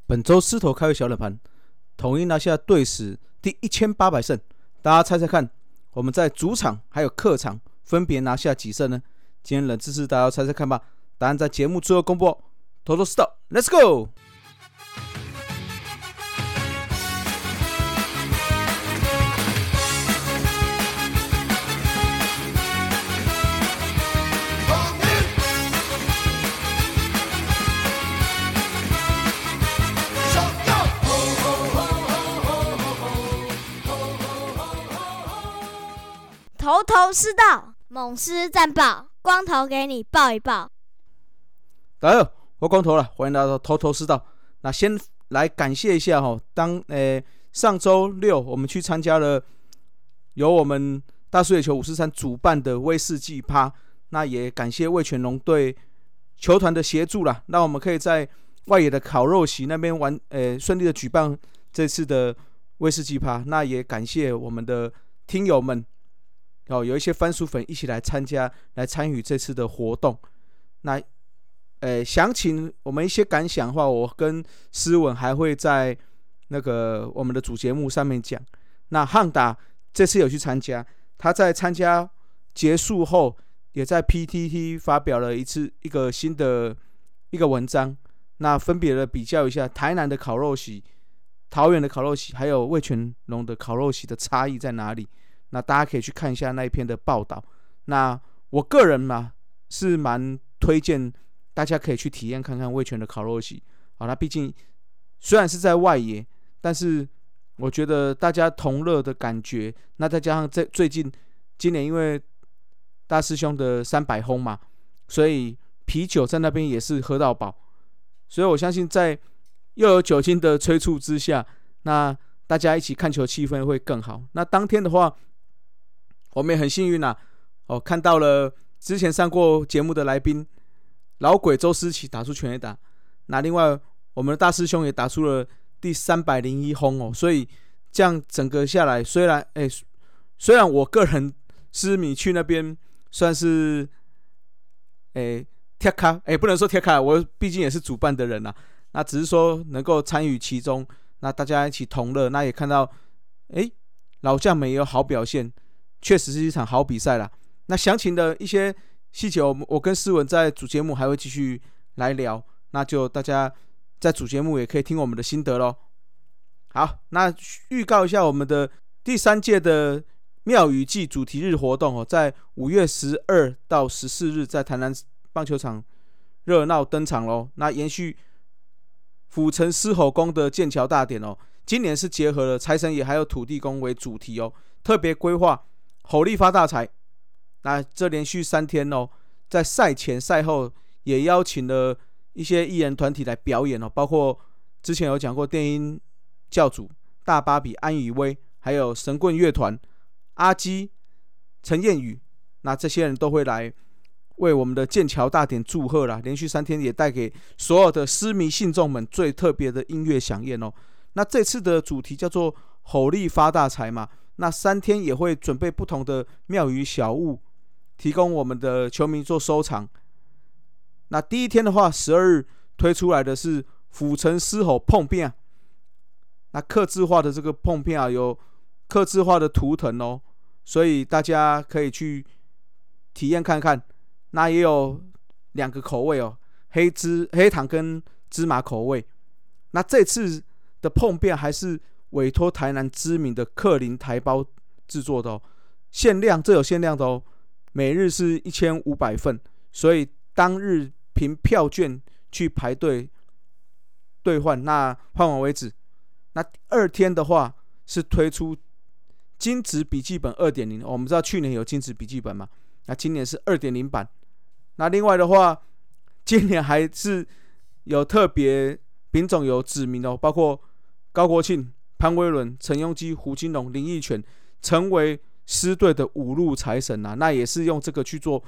本周狮头开胃小冷盘，统一拿下队史第1800胜。大家猜猜看，我们在主场还有客场分别拿下几胜呢？今天冷知识，大家要猜猜看吧。答案在节目最后公布哦。头头是道 ，Let's go！ 头头是道，猛狮战报，光头给你报一报。 大家好，我光头了，欢迎来到头头是道。那先来感谢一下上周六我们去参加了由我们大叔野球543主办的威士忌趴，那也感谢味全龙对球团的协助啦，那我们可以在外野的烤肉席那边顺利的举办这次的威士忌趴。那也感谢我们的听友们。有一些番薯粉一起来参与这次的活动。那详情我们一些感想的话，我跟思文还会在那个我们的主节目上面讲。那汉达这次有去参加，他在参加结束后，也在 PTT 发表了一个新的一个文章，那分别的比较一下台南的烤肉席、桃园的烤肉席，还有味全龙的烤肉席的差异在哪里。那大家可以去看一下那一篇的报道。那我个人嘛是蛮推荐大家可以去体验看看味全的烤肉席。那毕竟虽然是在外野，但是我觉得大家同乐的感觉，那再加上今年因为大师兄的300轰嘛，所以啤酒在那边也是喝到饱，所以我相信在又有酒精的催促之下，那大家一起看球气氛会更好。那当天的话，我们也很幸运看到了之前上过节目的来宾老鬼周思齐打出全垒打，那另外我们的大师兄也打出了第301轰所以这样整个下来，虽然我个人是米去那边算是贴卡不能说贴卡，我毕竟也是主办的人那只是说能够参与其中，那大家一起同乐，那也看到老将们也有好表现，确实是一场好比赛啦。那详情的一些细节，我跟思文在主节目还会继续来聊，那就大家在主节目也可以听我们的心得咯。好，那预告一下我们的第3届的庙宇季主题日活动在5月12到14日在台南棒球场热闹登场咯。那延续府城狮吼宫的建桥大典今年是结合了财神爷还有土地公为主题特别规划吼力发大财。那这连续3天在赛前赛后也邀请了一些艺人团体来表演包括之前有讲过电音教主大芭比安以威，还有神棍乐团阿基、陈燕宇，那这些人都会来为我们的建桥大典祝贺啦。连续3天也带给所有的狮迷信众们最特别的音乐响宴那这次的主题叫做吼力发大财嘛，那3天也会准备不同的庙宇小物，提供我们的球迷做收藏。那第一天的话，12日推出来的是府城狮吼碰饼，那客制化的这个碰饼有客制化的图腾所以大家可以去体验看看。那也有2个口味黑糖跟芝麻口味。那这次的碰饼还是委托台南知名的克林台包制作的这有限量的每日是1500份，所以当日凭票券去排队兑换，那换完为止。那第2天的话是推出金质笔记本 2.0， 我们知道去年有金质笔记本嘛，那今年是 2.0 版。那另外的话，今年还是有特别品种有指名包括高国庆、潘威伦、陈庸基、胡金龙、林义全成为狮队的五路财神那也是用这个去做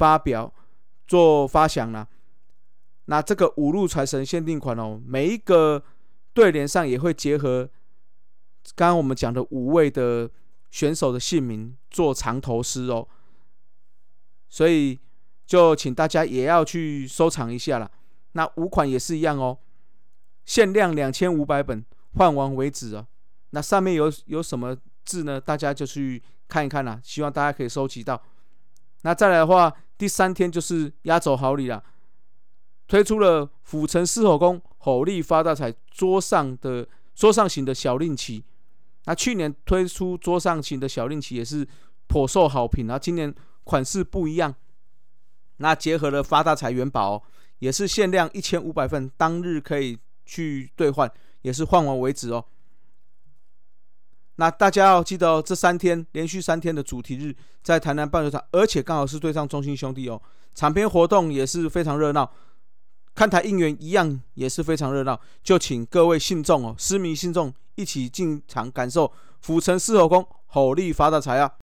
发想那这个五路财神限定款每一个对联上也会结合刚刚我们讲的5位的选手的姓名做长头诗所以就请大家也要去收藏一下啦。那5款也是一样限量2500本，换完为止啊。那上面有什么字呢？大家就去看一看啦，希望大家可以收集到。那再来的话，第3天就是压轴好礼啦，推出了府城狮吼功吼力发大财桌上型的小令旗。那去年推出桌上型的小令旗也是颇受好评啊，今年款式不一样，那结合了发大财元宝也是限量1500份，当日可以去兑换，也是换完为止哦。那大家要记得这连续3天的主题日在台南棒球场，而且刚好是对上中信兄弟场边活动也是非常热闹，看台应援一样也是非常热闹，就请各位信众狮迷信众一起进场感受府城狮吼功吼力发大财啊！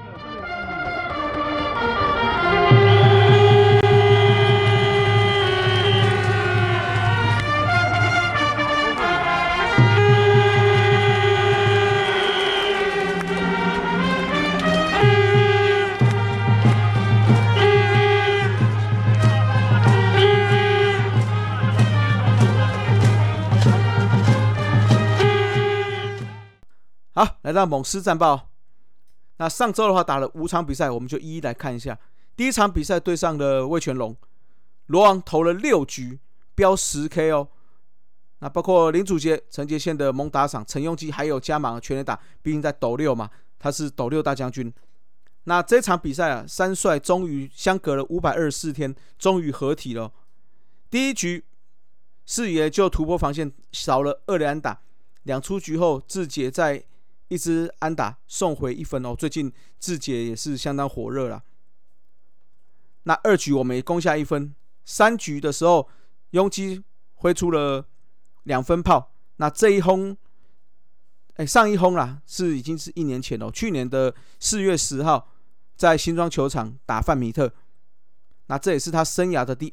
好，来到猛狮战报。那上周的话打了5场比赛，我们就一一来看一下。第一场比赛对上了味全龙，罗王投了6局，飙10K 哦。那包括林祖杰、陈杰宪的猛打赏，陈庸基还有加码全垒打，毕竟在斗六嘛，他是斗六大将军。那这场比赛三帅终于相隔了524天，终于合体了。第一局四爷就突破防线，少了2垒安打，2出局后志杰在1支安打送回1分哦。最近志杰也是相当火热啦。那2局我们也攻下1分，3局的时候庸基挥出了2分炮。那这一轰，上一轰啦，已经是1年前了，去年的4月10号在新庄球场打范米特。那这也是他生涯的第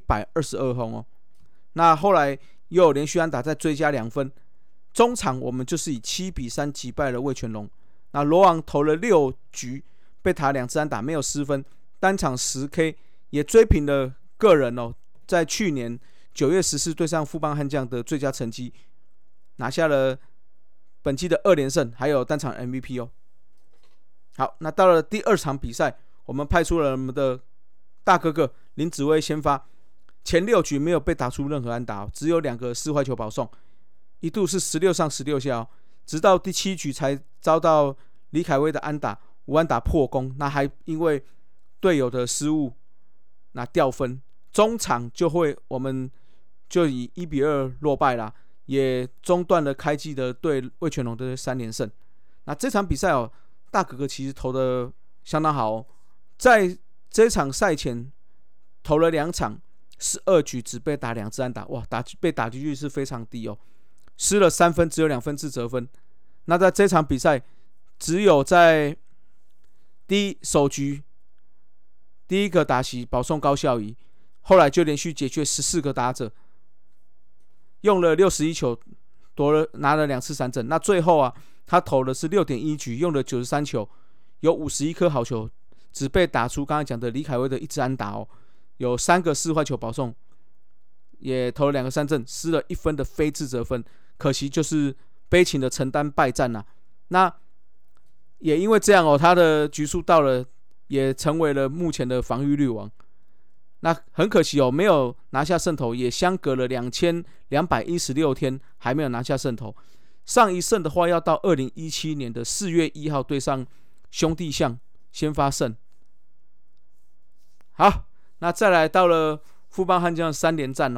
122轰哦。那后来又有连续安打再追加2分。中场我们就是以7-3击败了味全龙。那罗王投了6局，被打2支安打，没有失分，单场10K， 也追平了个人在去年9月14对上富邦悍将的最佳成绩，拿下了本季的2连胜，还有单场 MVP 哦。好，那到了第2场比赛，我们派出了我们的大哥哥林子崴先发，前6局没有被打出任何安打，只有2个4坏球保送，一度是16上16下直到第7局才遭到李凯威的安打5安打破功，那还因为队友的失误那掉分，中场我们就以1-2落败啦，也中断了开季的对味全龙的3连胜。那这场比赛大哥哥其实投的相当好在这场赛前投了2场12局只被打2支安打，哇，被打击率是非常低失了3分，只有2分自责分。那在这场比赛，只有在首局第一个打席保送高孝仪，后来就连续解决14个打者，用了61球拿了2次3振。那最后他投的是 6.1 局，用了93球，有51颗好球，只被打出刚才讲的李凯威的1支安打有3个4坏球保送，也投了2个3振，失了1分的非自责分，可惜就是悲情的承担败战那也因为这样他的局数到了，也成为了目前的防御率王。那很可惜没有拿下胜投，也相隔了2216天还没有拿下胜投。上一胜的话要到2017年的4月1号对上兄弟象先发胜。好，那再来到了富邦悍将3连战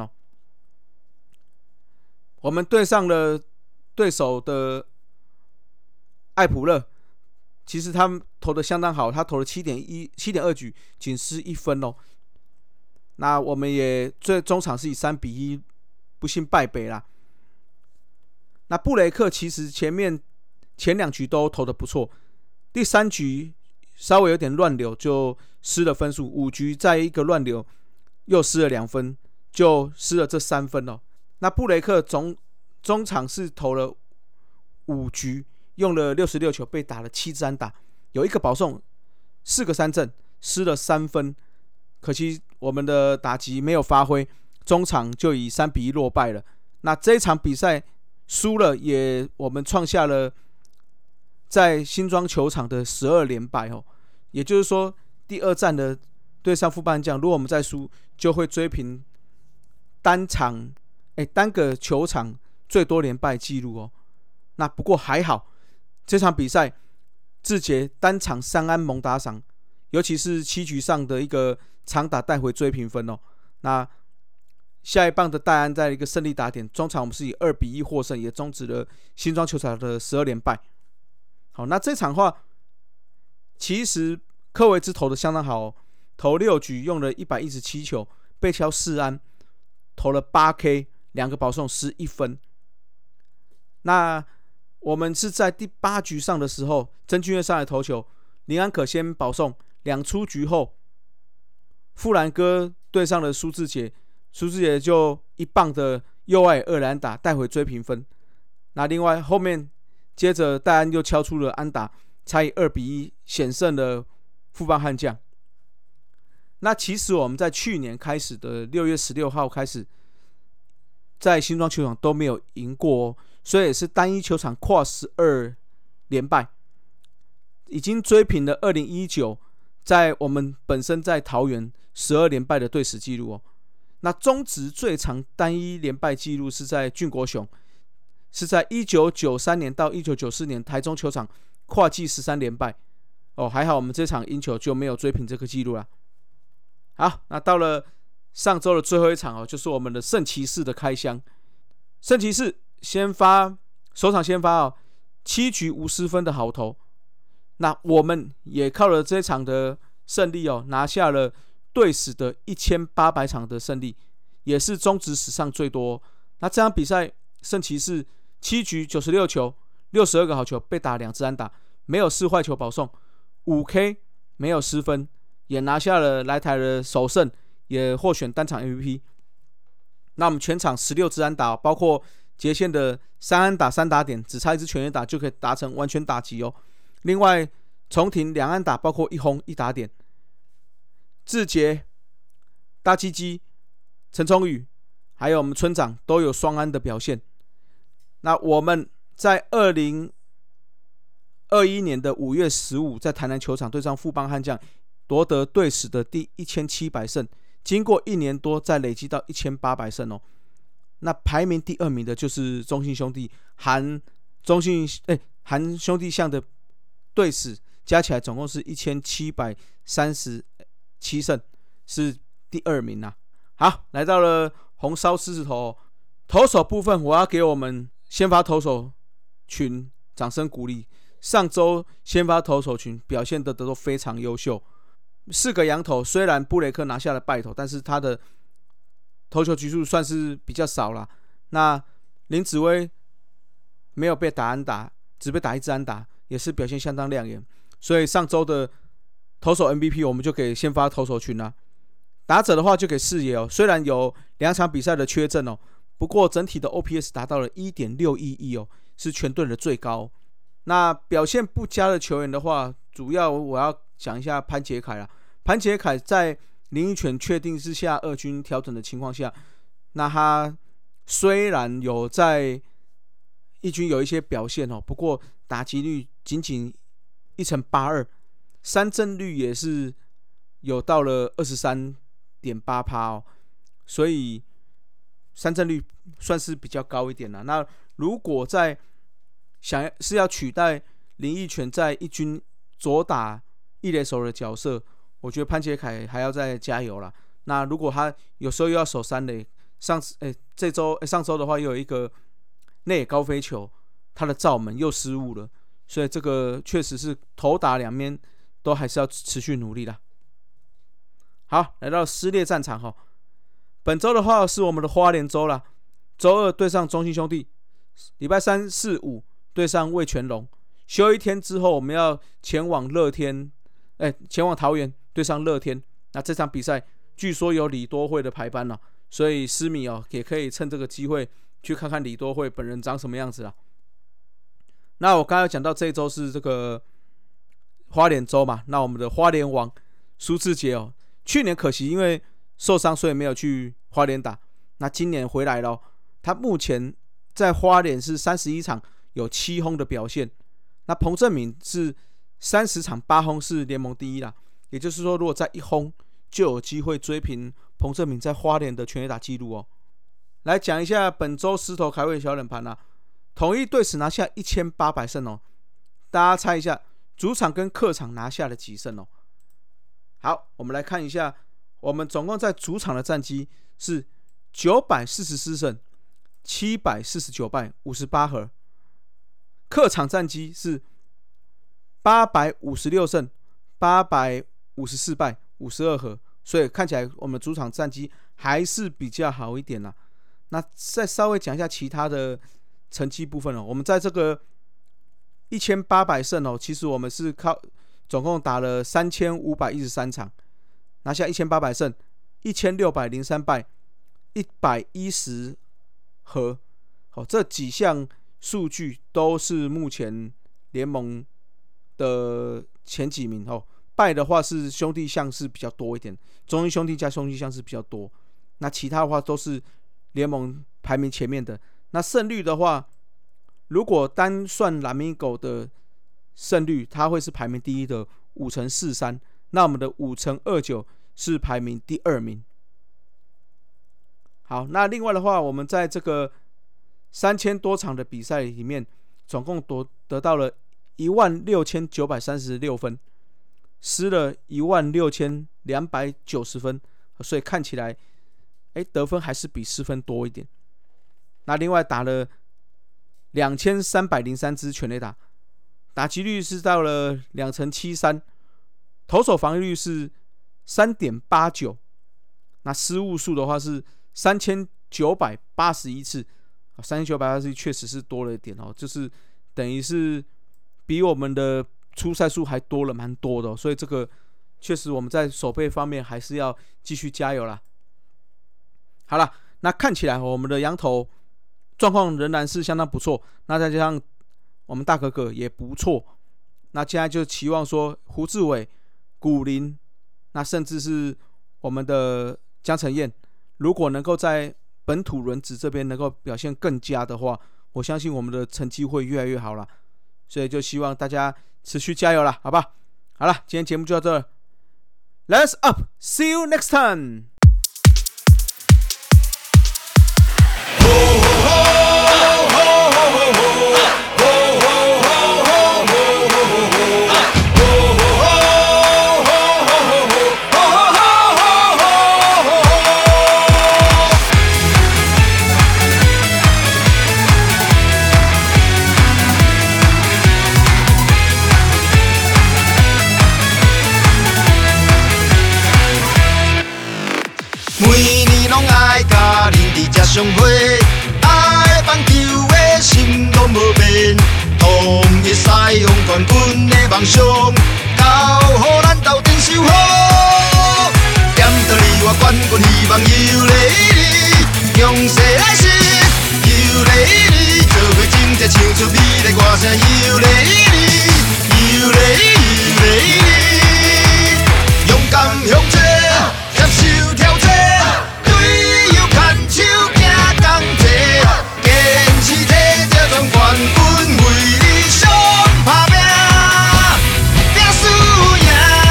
我们对上了对手的艾普勒，其实他们投的相当好，他投了 7.2 局，仅失1分那我们也中场是以3-1不幸败北啦。那布雷克其实前2局都投的不错，第3局稍微有点乱流就失了分数，5局再一个乱流又失了2分，就失了这3分那布雷克中场是投了5局，用了66球，被打了7支安打，有1个保送，4个3振，失了3分，可惜我们的打击没有发挥，中场就以3-1落败了。 那这一场比赛输了，我们创下了在新庄球场的12连败也就是说，第2战的对上富邦悍将，如果我们再输，就会追平单个球场最多连败纪录那不过还好，这场比赛志杰单场3安猛打赏，尤其是7局上的一个长打带回追平分那下一棒的戴安在一个胜利打点，中场我们是以2-1获胜，也终止了新庄球场的12连败。好，那这场的话，其实柯维兹投的相当好投6局用了117球，被敲4安，投了8K， 2个保送11分。那我们是在第8局上的时候，曾俊岳上来投球，林安可先保送，2出局后，富兰哥对上了苏智杰就一棒的右外2垒安打带回追平分。那另外后面接着戴安又敲出了安打，才以2-1险胜了富邦悍将。那其实我们在去年开始的6月16号开始，在新庄球场都没有赢过所以也是单一球场跨12连败，已经追平了2019在我们本身在桃园12连败的队史纪录那中职最长单一连败纪录是在俊国雄，是在1993年到1994年台中球场跨季13连败还好我们这场赢球就没有追平这个纪录了。好，那到了上周的最后一场就是我们的圣骑士的开箱。圣骑士首场先发7局无失分的好投，那我们也靠了这场的胜利拿下了队史的1800场的胜利，也是中职史上最多那这场比赛圣骑士7局96球62个好球，被打2支安打，没有4坏球保送， 5K 没有失分，也拿下了来台的首胜，也获选单场 MVP。 那我们全场16支安打包括杰宪的3安打3打点，只差1支全垒打就可以达成完全打击另外重庭2安打包括1轰1打点，志杰、大鸡鸡、陈崇宇还有我们村长都有双安的表现。那我们在2021年的5月15在台南球场对上富邦悍将，夺得队史的第1700胜，经过1年多再累积到1800胜那排名第2名的就是中信兄弟，韩兄弟象的队史加起来总共是1737胜，是第2名好，来到了红烧狮子头投手部分，我要给我们先发投手群掌声鼓励。上周先发投手群表现的都非常优秀，4个洋投，虽然布雷克拿下了败投，但是他的投球局数算是比较少啦。那林子威没有被打安打，只被打1支安打，也是表现相当亮眼。所以上周的投手 MVP 我们就给先发投手群啦。打者的话就给四野虽然有2场比赛的缺阵不过整体的 OPS 达到了 1.611是全队的最高。那表现不佳的球员的话，主要我要讲一下潘杰凯啦。潘杰凯在林益全确定是下2军调整的情况下，那他虽然有在1军有一些表现不过打击率仅仅1.82%，三振率也是有到了 23.8%所以三振率算是比较高一点啦。那如果是要取代林益全在1军左打1垒手的角色，我觉得潘杰凯还要再加油啦。那如果他有时候又要守3垒，上周的话又有一个内野高飞球，他的罩门又失误了，所以这个确实是投打2边都还是要持续努力啦。好，来到撕裂战场本周的话是我们的花莲州啦，周2对上中信兄弟，礼拜3、4、5对上味全龙，休1天之后我们要前往桃园对上乐天。那这场比赛据说有李多慧的排班所以狮迷也可以趁这个机会去看看李多慧本人长什么样子啦。那我刚才讲到这一周是这个花莲州嘛，那我们的花莲王苏智杰去年可惜因为受伤所以没有去花莲打，那今年回来了他目前在花莲是31场有7轰的表现，那彭政闵是30场8轰，是联盟第一啦。也就是说，如果再1轰，就有机会追平彭政闵在花莲的全垒打纪录哦。来讲一下本周狮头开胃小冷盘啦，统一对此拿下1800胜哦。大家猜一下，主场跟客场拿下了几胜哦？好，我们来看一下，我们总共在主场的战绩是944胜，749败，58和。客场战绩是856胜，854败，52和。所以看起来我们主场战绩还是比较好一点啦。那再稍微讲一下其他的成绩部分哦。我们在这个1800胜哦，其实我们是总共打了3513场，拿下1800胜，1603败，110和。这几项数据都是目前联盟的前几名哦。败的话是兄弟象是比较多一点，中英兄弟加兄弟象是比较多。那其他的话都是联盟排名前面的。那胜率的话，如果单算蓝米狗的胜率，它会是排名第一的5.43%，那我们的5.29%是排名第2名。好，那另外的话，我们在这个3000多场的比赛里面，总共得到了16936分，失了16290分，所以看起来，得分还是比失分多一点。那另外打了2303支全垒打，打击率是到了2.73%，投手防御率是3.89%，那失误数的话是3981次，3981确实是多了一点哦，就是等于是比我们的出赛数还多了蛮多的哦，所以这个确实我们在守备方面还是要继续加油啦。好啦，那看起来我们的洋投状况仍然是相当不错，那再加上我们大哥哥也不错，那现在就期望说胡志伟、古林，那甚至是我们的江承彦，如果能够在本土轮值这边能够表现更佳的话，我相信我们的成绩会越来越好啦。所以就希望大家持续加油啦，好吧？好了，今天节目就到这了 ，Let's up, see you next time。 相会，爱棒球的心拢无变，统一西洋冠军的梦想，交予咱斗阵守护。点到你我冠军希望又来你，强势来势又来你，做伙整齐唱出美丽歌声又来你，又来你，勇敢向前，接受挑战。冠军为理想打拼，拼输赢。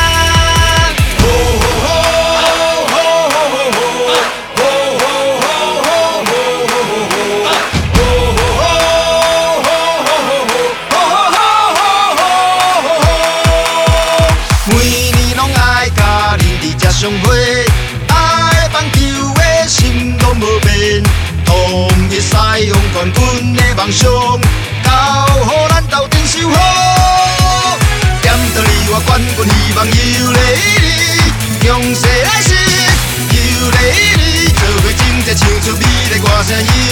每年拢爱甲你伫这相会，爱棒球的心拢无变。统一西洋冠军的梦想，交予咱斗阵守护。点到你我冠军希望又来你，强势来势又来你，做伙整齐唱出美丽歌声。